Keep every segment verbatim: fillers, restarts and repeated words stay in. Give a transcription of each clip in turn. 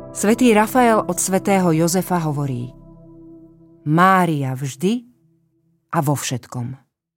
Svätý Rafael od svätého Jozefa hovorí: Mária vždy a vo všetkom.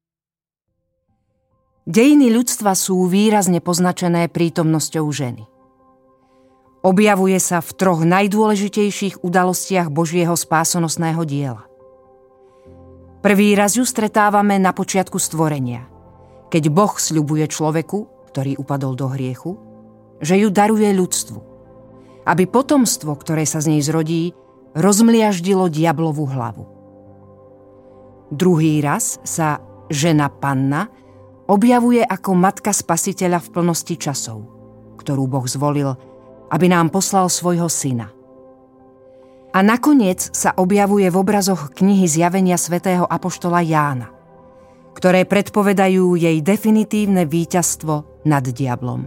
Dejiny ľudstva sú výrazne poznačené prítomnosťou ženy. Objavuje sa v troch najdôležitejších udalostiach Božieho spásonosného diela. Prvý raz ju stretávame na počiatku stvorenia, keď Boh sľubuje človeku, ktorý upadol do hriechu, že ju daruje ľudstvu, aby potomstvo, ktoré sa z nej zrodí, rozmliaždilo diablovu hlavu. Druhý raz sa žena Panna objavuje ako matka Spasiteľa v plnosti časov, ktorú Boh zvolil, aby nám poslal svojho syna. A nakoniec sa objavuje v obrazoch knihy Zjavenia svätého apoštola Jána, ktoré predpovedajú jej definitívne víťazstvo nad diablom.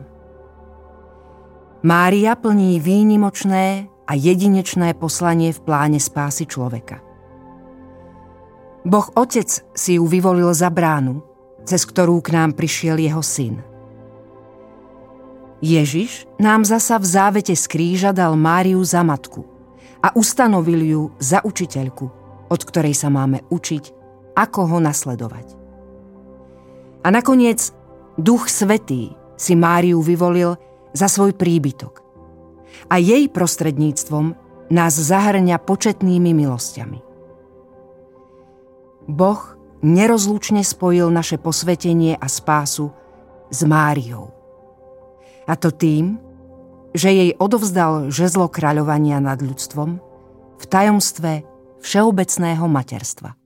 Mária plní výnimočné a jedinečné poslanie v pláne spásy človeka. Boh Otec si ju vyvolil za bránu, cez ktorú k nám prišiel jeho syn. Ježiš nám zasa v závete z kríža dal Máriu za matku a ustanovil ju za učiteľku, od ktorej sa máme učiť, ako ho nasledovať. A nakoniec Duch Svätý si Máriu vyvolil za svoj príbytok a jej prostredníctvom nás zahrňa početnými milosťami. Boh nerozlučne spojil naše posvetenie a spásu s Máriou. A to tým, že jej odovzdal žezlo kráľovania nad ľudstvom v tajomstve všeobecného materstva.